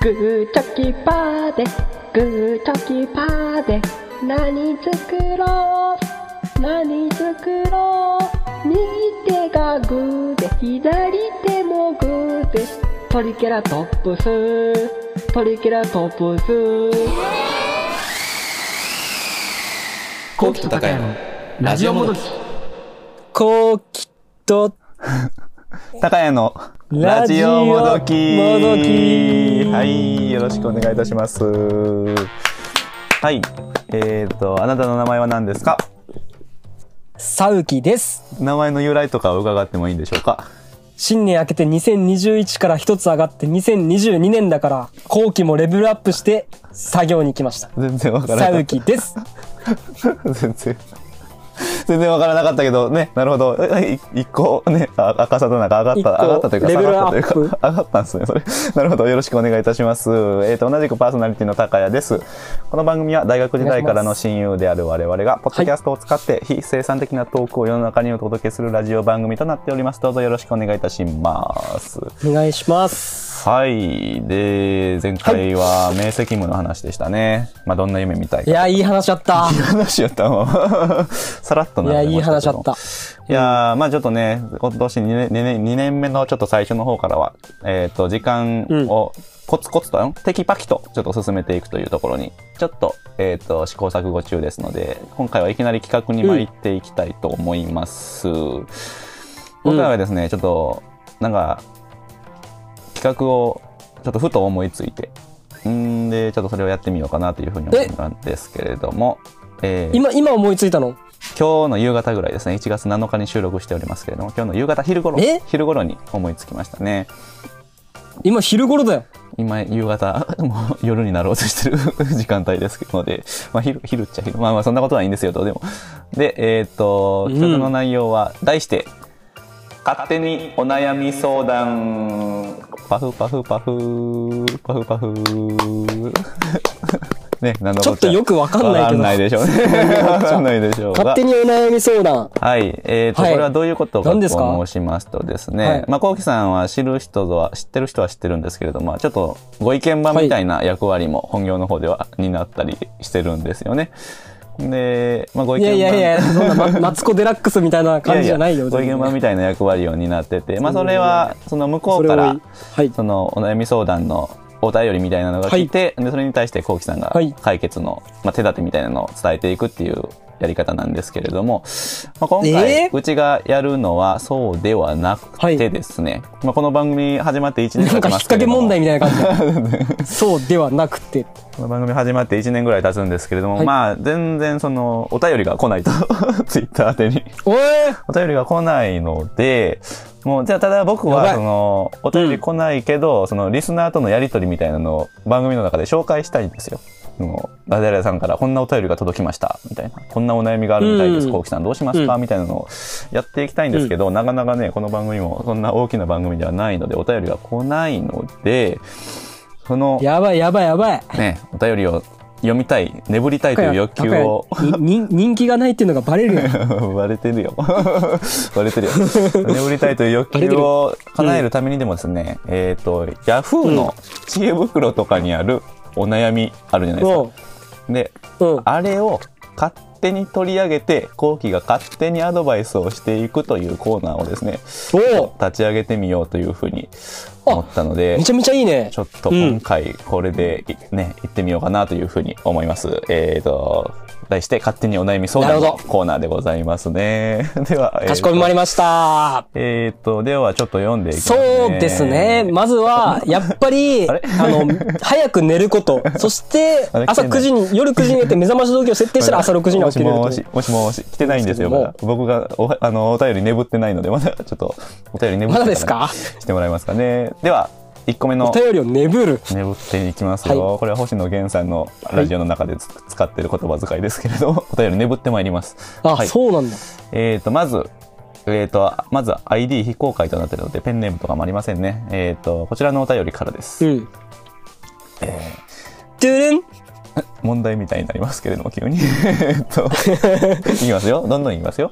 グーチョキパーでグーチョキパーで何作ろう何作ろう。右手がグーで左手もグーでトリケラトップストリケラトップス。 コウキと高谷のラジオもどき。 コウキと高谷のラジオもどき。はい、よろしくお願いいたします。はい、あなたの名前は何ですか？ サウキです。 名前の由来とかを伺ってもいいんでしょうか？ 新年明けて2021から一つ上がって2022年だから後期もレベルアップして作業に来ました。 全然わからなかった。 サウキです。 全然わからなかったけどね、なるほど。一個ね、赤さとなんか上がったというか、 レベルアップ上がったんですね、それ。なるほど、よろしくお願いいたします。同じくパーソナリティの高谷です。この番組は大学時代からの親友である我々が、ポッドキャストを使って非生産的なトークを世の中にお届けするラジオ番組となっております。どうぞよろしくお願いいたします。 お願いします。 はい。で、前回は明晰夢の話でしたね。まあ、どんな夢見たいか。 いや、いい話だった。 いい話やったわ。さらっとなってましたけど。 いや、いい話だった。 いやー、まあちょっとね、今年2年目のちょっと最初の方からは、時間をコツコツと、テキパキとちょっと進めていくというところに、ちょっと、試行錯誤中ですので、今回はいきなり企画に参っていきたいと思います。今回はですね、ちょっと、なんか、企画をちょっとふと思いついて、で、ちょっとそれをやってみようかなというふうに思ったんですけれども、 今思いついたの？ 今日の夕方ぐらいですね。1月7日に収録しておりますけれども、今日の夕方昼頃に思いつきましたね。 今昼頃だよ。 今夕方、もう夜になろうとしてる時間帯ですので、まあ昼っちゃ昼。まあそんなことはいいんですよ、どうでも。で、企画の内容は、題して、勝手にお悩み相談。パフパフパフ、パフパフ。ね、 ちょっとよくわかんないけど。 わかんないでしょうね。わかんないでしょうが。 勝手にお悩み相談。 はい。これはどういうことかと申しますとですね。まあ、コウキさんは知ってる人は知ってるんですけれども、ちょっとご意見番みたいな役割も本業の方では担ったりしてるんですよね。で、まあ、ご意見番。 いや、そんなマツコデラックスみたいな感じじゃないよ。 ご意見番みたいな役割を担ってて、まあ、それは、その向こうから、そのお悩み相談のお便りみたいなのが来て、でそれに対してコウキさんが解決の、まあ、手立てみたいなのを伝えていくっていうやり方なんですけれども、まあ、今回、うちがやるのはそうではなくてですね、まあ、この番組始まって1年経ちますけれども、 なんか引っ掛け問題みたいな感じでそうではなくてこの番組始まって1年ぐらい経つんですけれども、まあ全然そのお便りが来ないとツイッター宛てにお便りが来ないので、もうじゃあただ僕はそのお便り来ないけど、そのリスナーとのやり取りみたいなのを番組の中で紹介したいんですよ。誰々さんからこんなお便りが届きましたみたいな、こんなお悩みがあるみたいです、コウキさんどうしますかみたいなのをやっていきたいんですけど、なかなかねこの番組もそんな大きな番組ではないのでお便りが来ないので、そのやばいね、お便りを読みたい、眠りたいという欲求を人気がないっていうのがバレるよ。 バレてるよ。眠りたいという欲求を叶えるためにでもですね、ヤフーの知恵袋とかにあるお悩みあるじゃないですか。で、あれを勝手に取り上げて、コウキが勝手にアドバイスをしていくというコーナーをですね、立ち上げてみようというふうに思ったので、 めちゃめちゃいいね。 ちょっと今回これでね、行ってみようかなというふうに思います。題して勝手にお悩み相談のコーナーでございますね。では、 かしこまりました。 ではちょっと読んでいきますね。 そうですね。まずは、やっぱり、早く寝ること。そして、夜9時に寝て目覚まし時計を設定したら朝6時に起きれると。 もし、来てないんですよ、まだ。僕がお便り眠ってないので、まだちょっと、お便り眠ってまだですか？ してもらえますかね。では、1個目の。 お便りを眠っていきますよ。これは星野源さんのラジオの中で使っている言葉遣いですけれども、お便り眠ってまいります。 そうなんだ。 まず ID 非公開となっているので、ペンネームとかもありませんね。こちらのお便りからです。 トゥルン問題みたいになりますけれども、急に。いきますよ。どんどんいきますよ。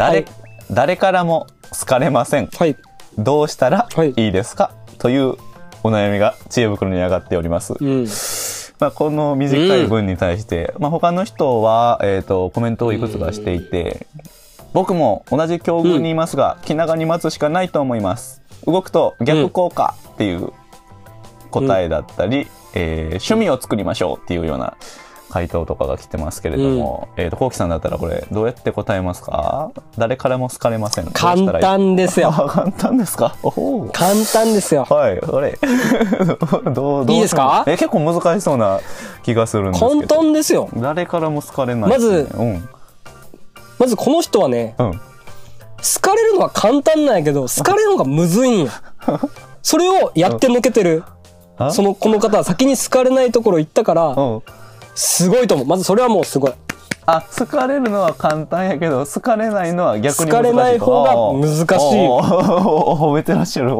誰からも好かれません。どうしたらいいですかというお悩みが知恵袋に上がっております。まあ、この短い文に対して、まあ、他の人は、コメントをいくつかしていて、僕も同じ境遇にいますが、気長に待つしかないと思います。動くと逆効果っていう答えだったり、趣味を作りましょうっていうような回答とかが来てますけれども、こうきさんだったらこれどうやって答えますか？誰からも好かれません。 簡単ですよ。 簡単ですか？ 簡単ですよ。 はい、あれどういいですか？ 結構難しそうな気がするんですけど。 簡単ですよ。 誰からも好かれない、 ね。まずこの人はね、好かれるのは簡単なんやけど、好かれるのがむずいんや。それをやってのけてる。この方は先に好かれないところ行ったから、すごいと思う。まずそれはもうすごい。 好かれるのは簡単やけど、好かれないのは逆に難しい。 好かれない方が難しい。 褒めてらっしゃる。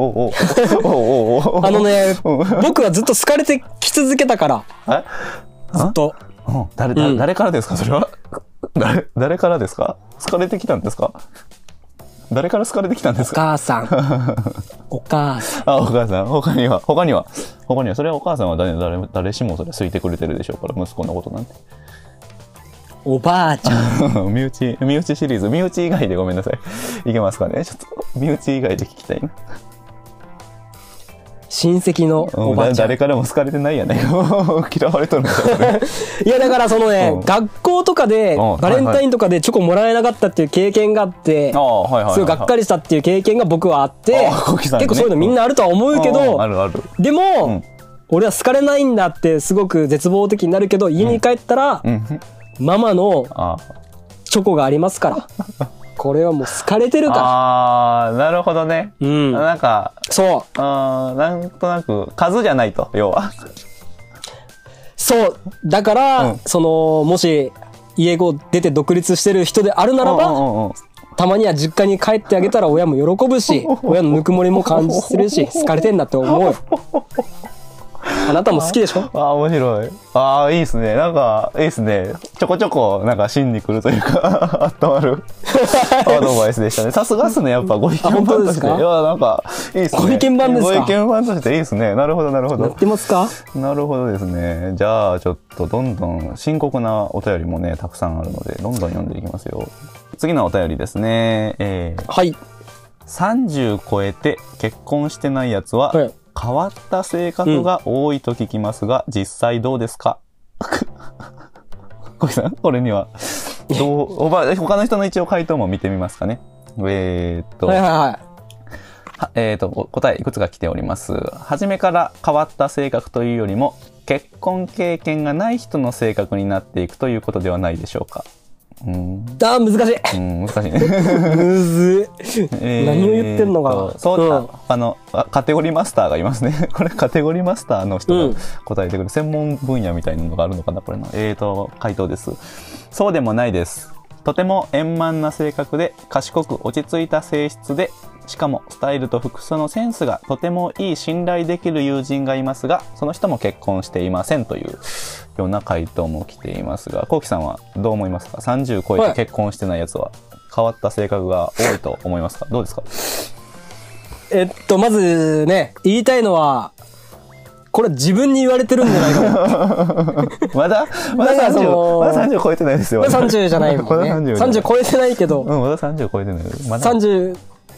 僕はずっと好かれてき続けたから。ずっと。 誰からですかそれは？誰からですか？好かれてきたんですか？誰から好かれてきたんですか？ お母さん。お母さん。 お母さん。他には、それはお母さんは誰しもそれ好いてくれてるでしょうから、息子のことなんて。 おばあちゃん。身内シリーズ。身内以外でごめんなさい。いけますかね？ちょっと、身内以外で聞きたいな。 親戚のおばあちゃん。 誰からも好かれてないやね。嫌われとるんだよ。 いやだからそのね、学校とかで、バレンタインとかでチョコもらえなかったっていう経験があって、すごいがっかりしたっていう経験が僕はあって、結構そういうのみんなあるとは思うけど、でも、俺は好かれないんだってすごく絶望的になるけど、家に帰ったら、ママのチョコがありますから。これはもう好かれてるから。 なるほどね。なんか、 そう。 なんとなく、数じゃないと、要は。 そう。だから、もし、家を出て独立してる人であるならば、たまには実家に帰ってあげたら親も喜ぶし、親のぬくもりも感じするし、好かれてんだって思う。あなたも好きでしょ？ 面白い。いいですね。なんか、いいですね。ちょこちょこ、なんか芯に来るというか、温まるアドバイスでしたね。さすがっすね。やっぱご意見番として。いや、なんか、いいですね。 ご意見番ですか？ ご意見番としていいですね。なるほど。 なってますか？ なるほどですね。じゃあ、ちょっとどんどん深刻なお便りもね、たくさんあるので、どんどん読んでいきますよ。次のお便りですね。 はい。 30超えて結婚してないやつは、変わった性格が多いと聞きますが、実際どうですか？小木さん、これには他の人の一応回答も見てみますかね。答えいくつか来ております。初めから変わった性格というよりも、結婚経験がない人の性格になっていくということではないでしょうか。 難しい。 難しいね。 むずい。何を言ってんのか。 そうだ。カテゴリーマスターがいますね。これカテゴリーマスターの人が答えてくる専門分野みたいなのがあるのかな、これの。回答です。そうでもないです。とても円満な性格で、賢く落ち着いた性質で、しかもスタイルと服装のセンスがとてもいい信頼できる友人がいますが、その人も結婚していませんというような回答も来ていますが、こうきさんはどう思いますか？30超えて結婚してないやつは変わった性格が多いと思いますか？どうですか？ まずね、言いたいのは、これ自分に言われてるんじゃないかな。 まだ30超えてないですよ。 まだ30じゃないもんね。30超えてないけど。 まだ30超えてない。 30、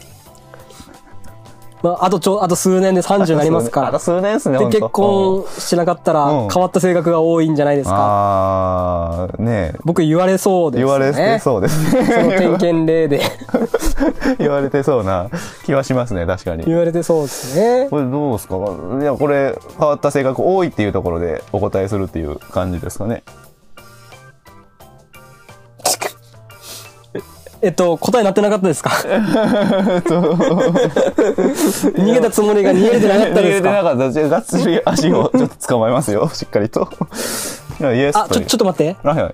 あと数年で30になりますから。 あと数年ですね。 で、結婚しなかったら変わった性格が多いんじゃないですか。 ねえ。 僕言われそうですね。 言われてそうですね。 その点検例で。 言われてそうな気はしますね、確かに。 言われてそうですね。 これどうですか？いや、これ変わった性格多いっていうところでお答えするっていう感じですかね。 答えになってなかったですか？逃げたつもりが逃げれてなかったですか？逃げれてなかった。 じゃあ、がっつり足をちょっと捕まえますよ、しっかりと。 ちょっと待って。 はいはい。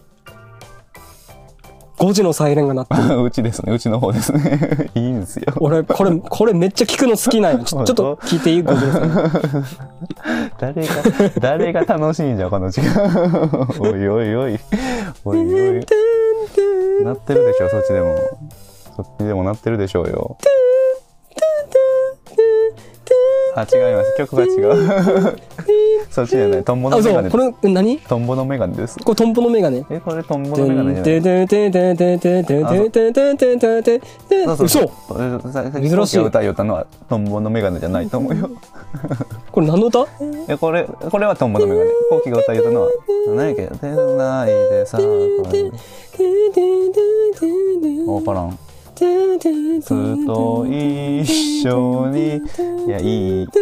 5時のサイレンが鳴ってる。 うちですね。うちの方ですね。いいんですよ。 俺、これめっちゃ聞くの好きなんよ。ちょっと聞いていい？5時のサイレン。 誰が楽しいんじゃん、この時間。おいおいおい。おいおい。鳴ってるでしょ、そっちでも。そっちでも鳴ってるでしょうよ。 あ、違います。曲が違う。そっちじゃない。トンボのメガネ。 これ何？ トンボのメガネです。 これトンボのメガネ。 これトンボのメガネじゃない。 嘘。 珍しい。歌いよったのはトンボのメガネじゃないと思うよ。 これ何の歌？ これはトンボのメガネ。コウキが歌いよったのは何やっけ？出ないでさ。わからん。ずっと一緒に、いや、いい。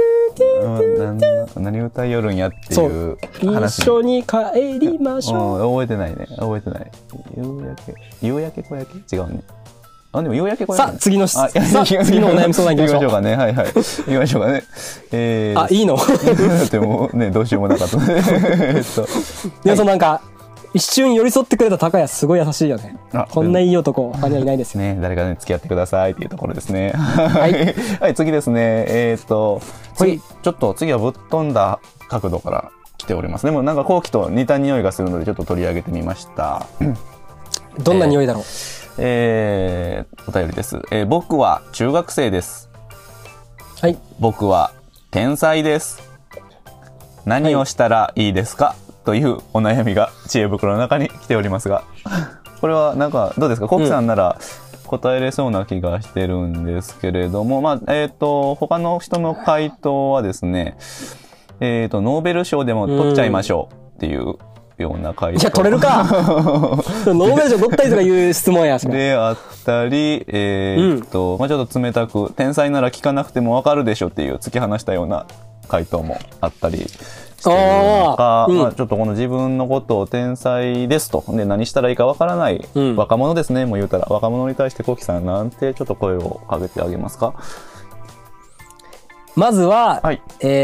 何歌いよるんやっていう話。 一緒に帰りましょう。 覚えてないね。覚えてない。夕焼け小焼け違うね。あ、でも夕焼け小焼け。 さあ、次のお悩み相談いきましょう。 行きましょうかね。はいはい。行きましょうかね。 あ、いいの？だってもうね、どうしようもなかったね。 でもなんか、一瞬寄り添ってくれた高谷すごい優しいよね。こんないい男他にはいないですよね。 誰かね付き合ってくださいっていうところですね。はい、はい、次ですね。次ちょっと次はぶっ飛んだ角度から来ております。でもなんか後期と似た匂いがするのでちょっと取り上げてみました。 どんな匂いだろう。 お便りです。僕は中学生です。 はい。 僕は天才です。何をしたらいいですか？というお悩みが知恵袋の中に来ておりますが、これはなんかどうですか？コキさんなら答えれそうな気がしてるんですけれども、まあ他の人の回答はですね、ノーベル賞でも取っちゃいましょうっていうような回答。 いや取れるか。ノーベル賞取ったりとかいう質問や。 であったり、まあちょっと冷たく天才なら聞かなくてもわかるでしょっていう突き放したような回答もあったり。まあ、ちょっとこの自分のことを天才ですと。で、何したらいいかわからない、若者ですね、もう言うたら。若者に対してコキさんなんてちょっと声をかけてあげますか？ まずは、 はい、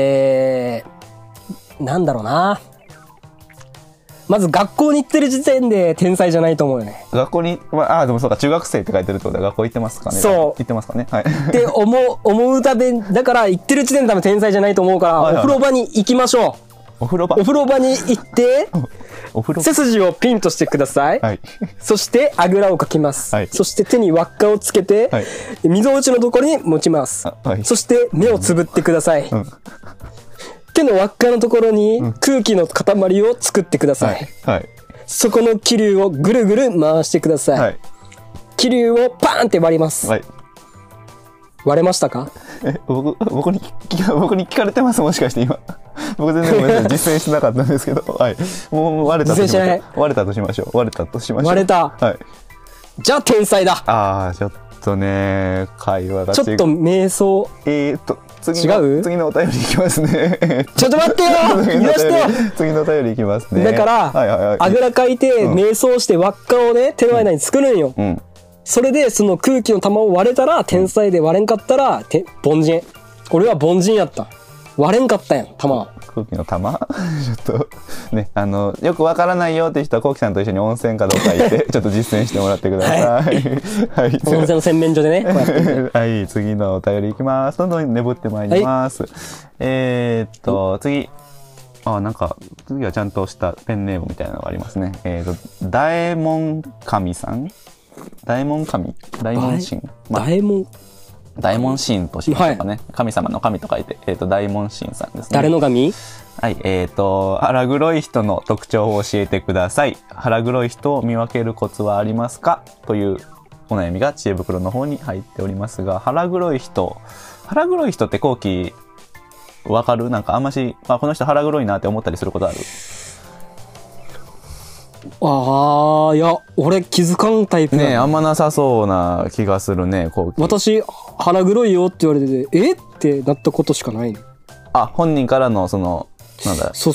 なんだろうな。まず学校に行ってる時点で天才じゃないと思うよね。 学校に、まあ、でもそうか、中学生って書いてるってことは学校行ってますかね？ そう。 行ってますかね？はい。 って思うため、だから行ってる時点で多分天才じゃないと思うから、お風呂場に行きましょう。お風呂場に行って背筋をピンとしてください、はい、そしてあぐらをかきます、はい、そして手に輪っかをつけて、はい、溝落ちのところに持ちます、はい、そして目をつぶってください、手の輪っかのところに空気の塊を作ってください、そこの気流をぐるぐる回してください、気流をパーンって割ります、割れましたか？ 僕に聞かれてます？もしかして今僕全然実践してなかったんですけど、はい、もう割れたとしましょう。割れたとしましょう。割れた。はい。じゃあ天才だ。ちょっとね、会話がちょっと瞑想。 次のお便りいきますね。 ちょっと待ってよ。言わしてよ。 次のお便りいきますね。 だから、あぐらかいて瞑想して輪っかをね手の間に作るんよ。それでその空気の玉を割れたら天才で、割れんかったら凡人。俺は凡人やった。割れんかったやん、玉。 空気の玉ちょっとね、よくわからないよっていう人はコウキさんと一緒に温泉かどうか行ってちょっと実践してもらってください。はい。 温泉の洗面所でね、こうやって。 はい、次のお便りいきます。どんどん眠ってまいります。次。なんか、次はちゃんとしたペンネームみたいなのがありますね。大門神さん？大門神？大門神？大門神としましょうかね。神様の神と書いて、大門神さんですね。 誰の神？ はい、腹黒い人の特徴を教えてください。腹黒い人を見分けるコツはありますか？というお悩みが知恵袋の方に入っておりますが、腹黒い人って後期わかる？なんかあんまし、この人腹黒いなって思ったりすることある？ いや、俺気づかんタイプね。あんまなさそうな気がするね、後期。 私、腹黒いよって言われてて、ってなったことしかないね。 本人からのなんだ、 そう。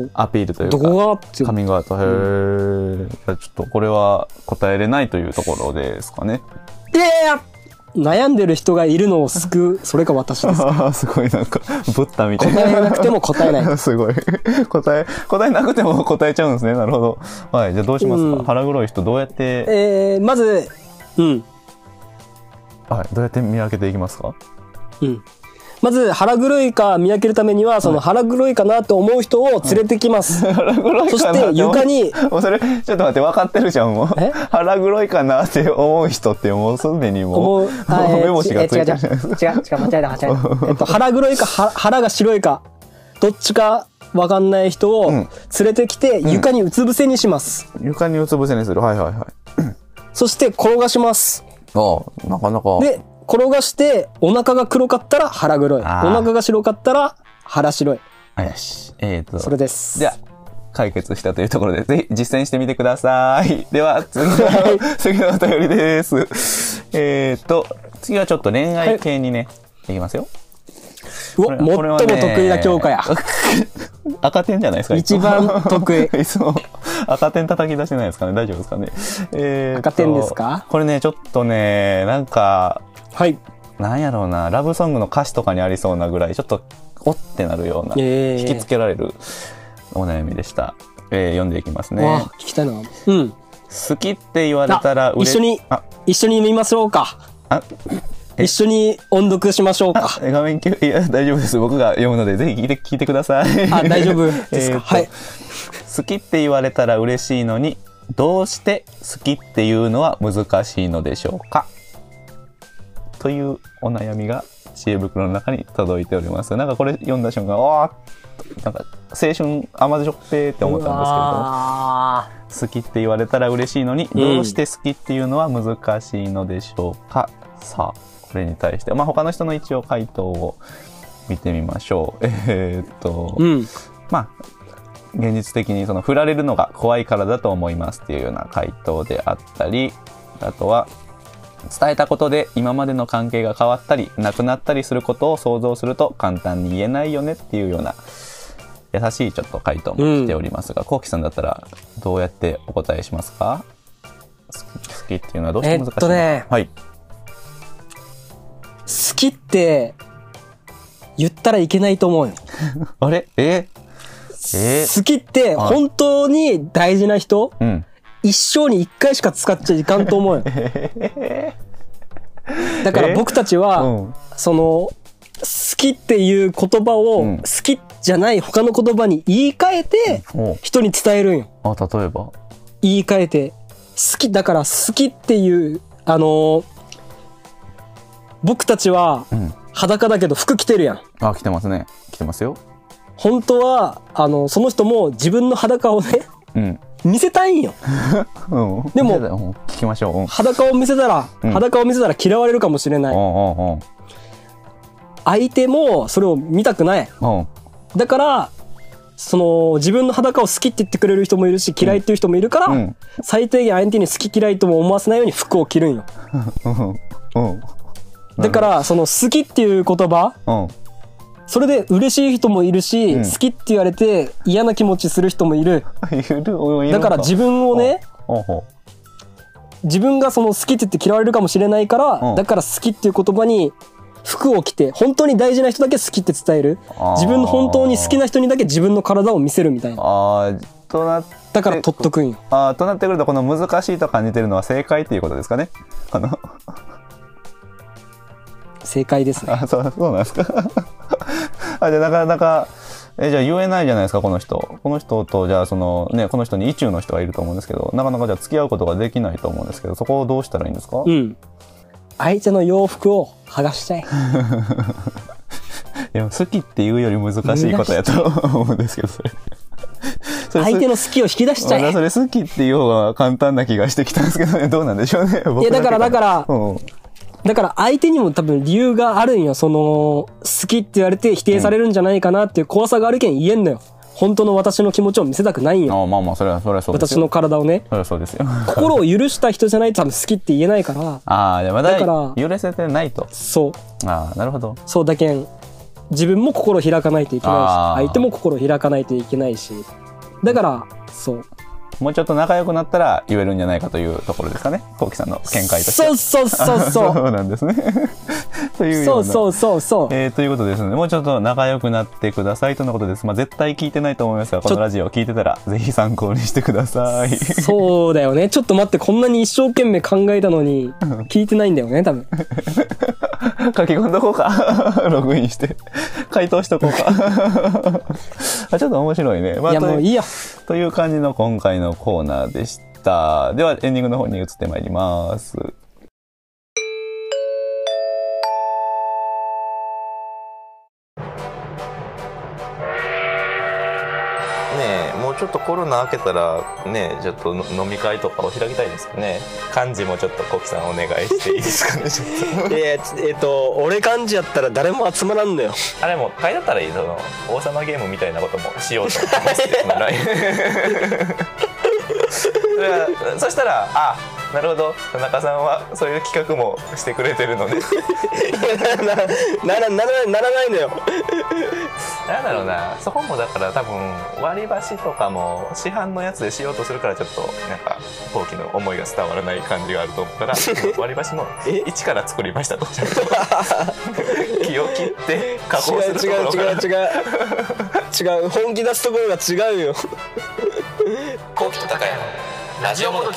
アピールというか。 どこがってカミングアウト。ちょっとこれは答えれないというところですかね。 いや悩んでる人がいるのを救う、それが私です。 すごいなんか、ブッダみたいな。 答えなくても答えない。 すごい。答えなくても答えちゃうんですね。なるほど。はい。じゃあどうしますか？腹黒い人どうやって。 まず、 はい。どうやって見分けていきますか？ まず腹黒いか見分けるためには、その腹黒いかなと思う人を連れてきます。 腹黒いかな。そして床に。 もうそれ、ちょっと待って、分かってるじゃん、もう。腹黒いかなって思う人って、もうすでにもう、目星がついてる。 違う、間違えた。腹黒いか、腹が白いか、どっちか分かんない人を連れてきて、床にうつ伏せにします。 床にうつ伏せにする。はいはいはい。 そして転がします。 なかなか。 で、転がして、お腹が黒かったら腹黒い。お腹が白かったら腹白い。 よし。 それです。 じゃあ、解決したというところで、ぜひ実践してみてください。では、次のお便りです。次はちょっと恋愛系にね、いきますよ。 最も得意な教科や。 赤点じゃないですか。 一番得意。 いつも赤点叩き出してないですかね。大丈夫ですかね。 赤点ですか？ これね、ちょっとね、なんか、 はい。 なんやろうな、ラブソングの歌詞とかにありそうなぐらい、ちょっと、おってなるような、引きつけられるお悩みでした。読んでいきますね。 聞きたいな。うん。 好きって言われたら一緒に読みましょうか。一緒に音読しましょうか。 画面いや、大丈夫です。僕が読むので、ぜひ聞いてください。 大丈夫ですか。はい。 好きって言われたら嬉しいのに、どうして好きっていうのは難しいのでしょうか、というお悩みが知恵袋の中に届いております。なんかこれ読んだ瞬間、なんか青春甘じょっぺーって思ったんですけど、好きって言われたら嬉しいのに、どうして好きっていうのは難しいのでしょうか。さあ、これに対して、他の人の一応回答を見てみましょう。現実的にその振られるのが怖いからだと思いますっていうような回答であったり、あとは伝えたことで今までの関係が変わったりなくなったりすることを想像すると簡単に言えないよねっていうような優しいちょっと回答も来ておりますが、こうきさんだったらどうやってお答えしますか？好きっていうのはどうして難しいのか。はい。 好きって言ったらいけないと思うよ。 あれ？ 好きって本当に大事な人、一生に一回しか使っちゃいかんと思うよ。だから僕たちは、その好きっていう言葉を好きじゃない他の言葉に言い換えて人に伝えるんよ。 例えば言い換えてだから好きっていう僕たちは裸だけど服着てるやん。 着てますね。着てますよ。 本当はその人も自分の裸をね、見せたいんよ。でも聞きましょう。 裸を見せたら嫌われるかもしれない。相手もそれを見たくない。だからその自分の裸を好きって言ってくれる人もいるし嫌いっていう人もいるから、最低限相手に好き嫌いとも思わせないように服を着るんよ。だからその好きっていう言葉、それで嬉しい人もいるし、好きって言われて嫌な気持ちする人もいる。だから自分をね、自分がその好きって言って嫌われるかもしれないから、だから好きっていう言葉に服を着て本当に大事な人だけ好きって伝える。自分の本当に好きな人にだけ自分の体を見せるみたいな。だから取っとくんよ。 となってくると、この難しいと感じてるのは正解っていうことですかね。 正解ですね。 そうなんですか。じゃあなかなかじゃあ言えないじゃないですか、この人と。じゃあこの人に意中の人がいると思うんですけど、なかなかじゃあ付き合うことができないと思うんですけど、そこをどうしたらいいんですか？ 相手の洋服を剥がしたい。いや、好きっていうより難しいことやと思うんですけど、それ相手の好きを引き出しちゃえ。 それ好きっていう方が簡単な気がしてきたんですけどね。どうなんでしょうね。 いや、だから相手にも多分理由があるんよ。その好きって言われて否定されるんじゃないかなっていう怖さがあるけん言えんのよ。本当の私の気持ちを見せたくないんよ。 それはそうですよ。 私の体をね。 それはそうですよ。 心を許した人じゃないと多分好きって言えないから。 じゃあまだ許せてないと。 そう。 なるほど。 そうだけん自分も心開かないといけないし、相手も心開かないといけないし、だからそうもうちょっと仲良くなったら言えるんじゃないかというところですかね、こうきさんの見解としては。 そうそうなんですねというようなということですので、もうちょっと仲良くなってくださいとのことです。絶対聞いてないと思いますが、このラジオを聞いてたらぜひ参考にしてくださいそうだよね。ちょっと待って、こんなに一生懸命考えたのに聞いてないんだよね、多分書き込んどこうかログインして回答しとこうかちょっと面白いね。 いやもういいよという感じの今回のコーナーでした。ではエンディングの方に移ってまいります。もうちょっとコロナ明けたらね、ちょっと飲み会とかを開きたいですかね。幹事もちょっとコキさんお願いしていいですかねちょっと俺幹事やったら誰も集まらんのよ。 あれも会だったらいい、王様ゲームみたいなこともしようと思いますそしたら、なるほど、田中さんはそういう企画もしてくれてるのでならないのよなんだろうな、そこもだから多分割り箸とかも市販のやつでしようとするから、ちょっとなんか後期の思いが伝わらない感じがあると思うから割り箸も一から作りましたとちゃんと木を切って加工するところから違う本気出すところが違うよ後期と高谷のラジオもどき。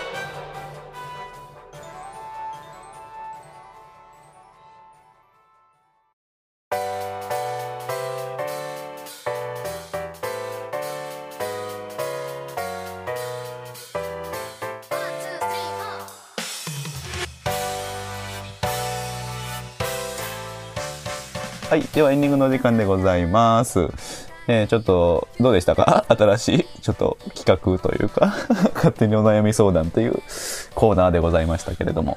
はい、ではエンディングの時間でございます。ちょっとどうでしたか？新しいちょっと企画というか勝手にお悩み相談というコーナーでございましたけれども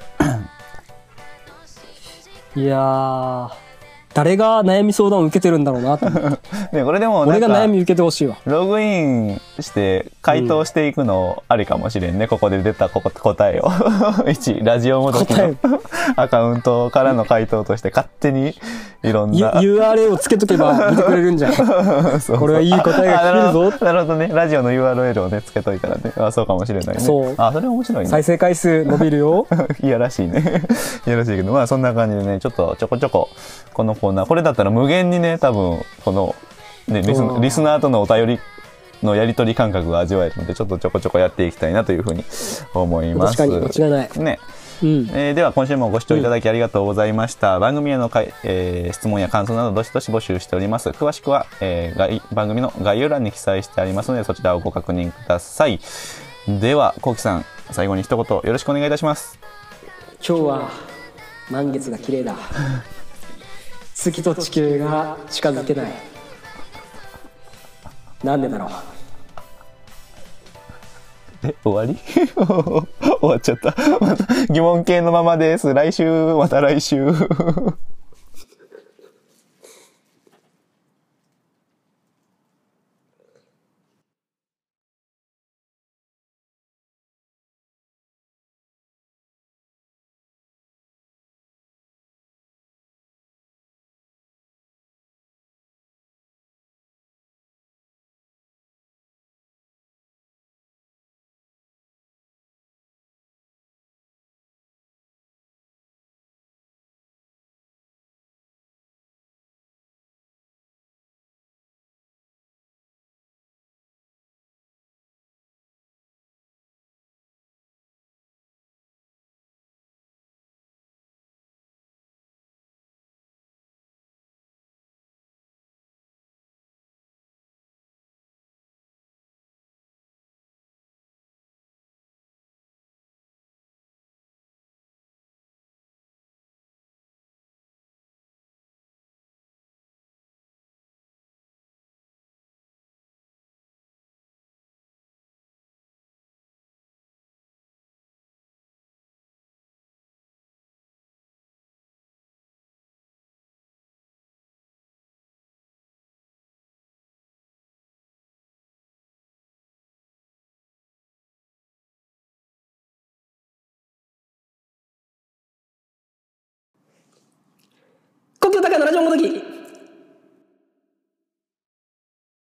いやー、誰が悩み相談を受けてるんだろうなと思ってね、これでも俺が悩み受けてほしいわ。 ログインして回答していくのありかもしれんね、ここで出た答えを1ラジオもどきのアカウントからの回答として勝手にいろんな URL をつけとけば見てくれるんじゃんそうこれはいい答えが聞けるぞ。 なるほどね、ラジオの URL をねつけといたらね、そうかもしれないね。それ面白いね。 再生回数伸びるよいやらしいねいやらしいけど、そんな感じでね、ちょっとちょこちょここのコーナー、これだったら無限にね、多分このねリスナーとのお便りのやり取り感覚が味わえるので、ちょっとちょこちょこやっていきたいなというふうに思います。 確かに間違いないね。では今週もご視聴いただきありがとうございました。番組への質問や感想などどしどし募集しております。詳しくは、番組の概要欄に記載してありますので、そちらをご確認ください。ではこうきさん、最後に一言よろしくお願いいたします。 今日は満月が綺麗だ月と地球が近づけない。なんでだろう。 終わり終わっちゃった。また疑問系のままです。また来週コキとタカのラジオもどき。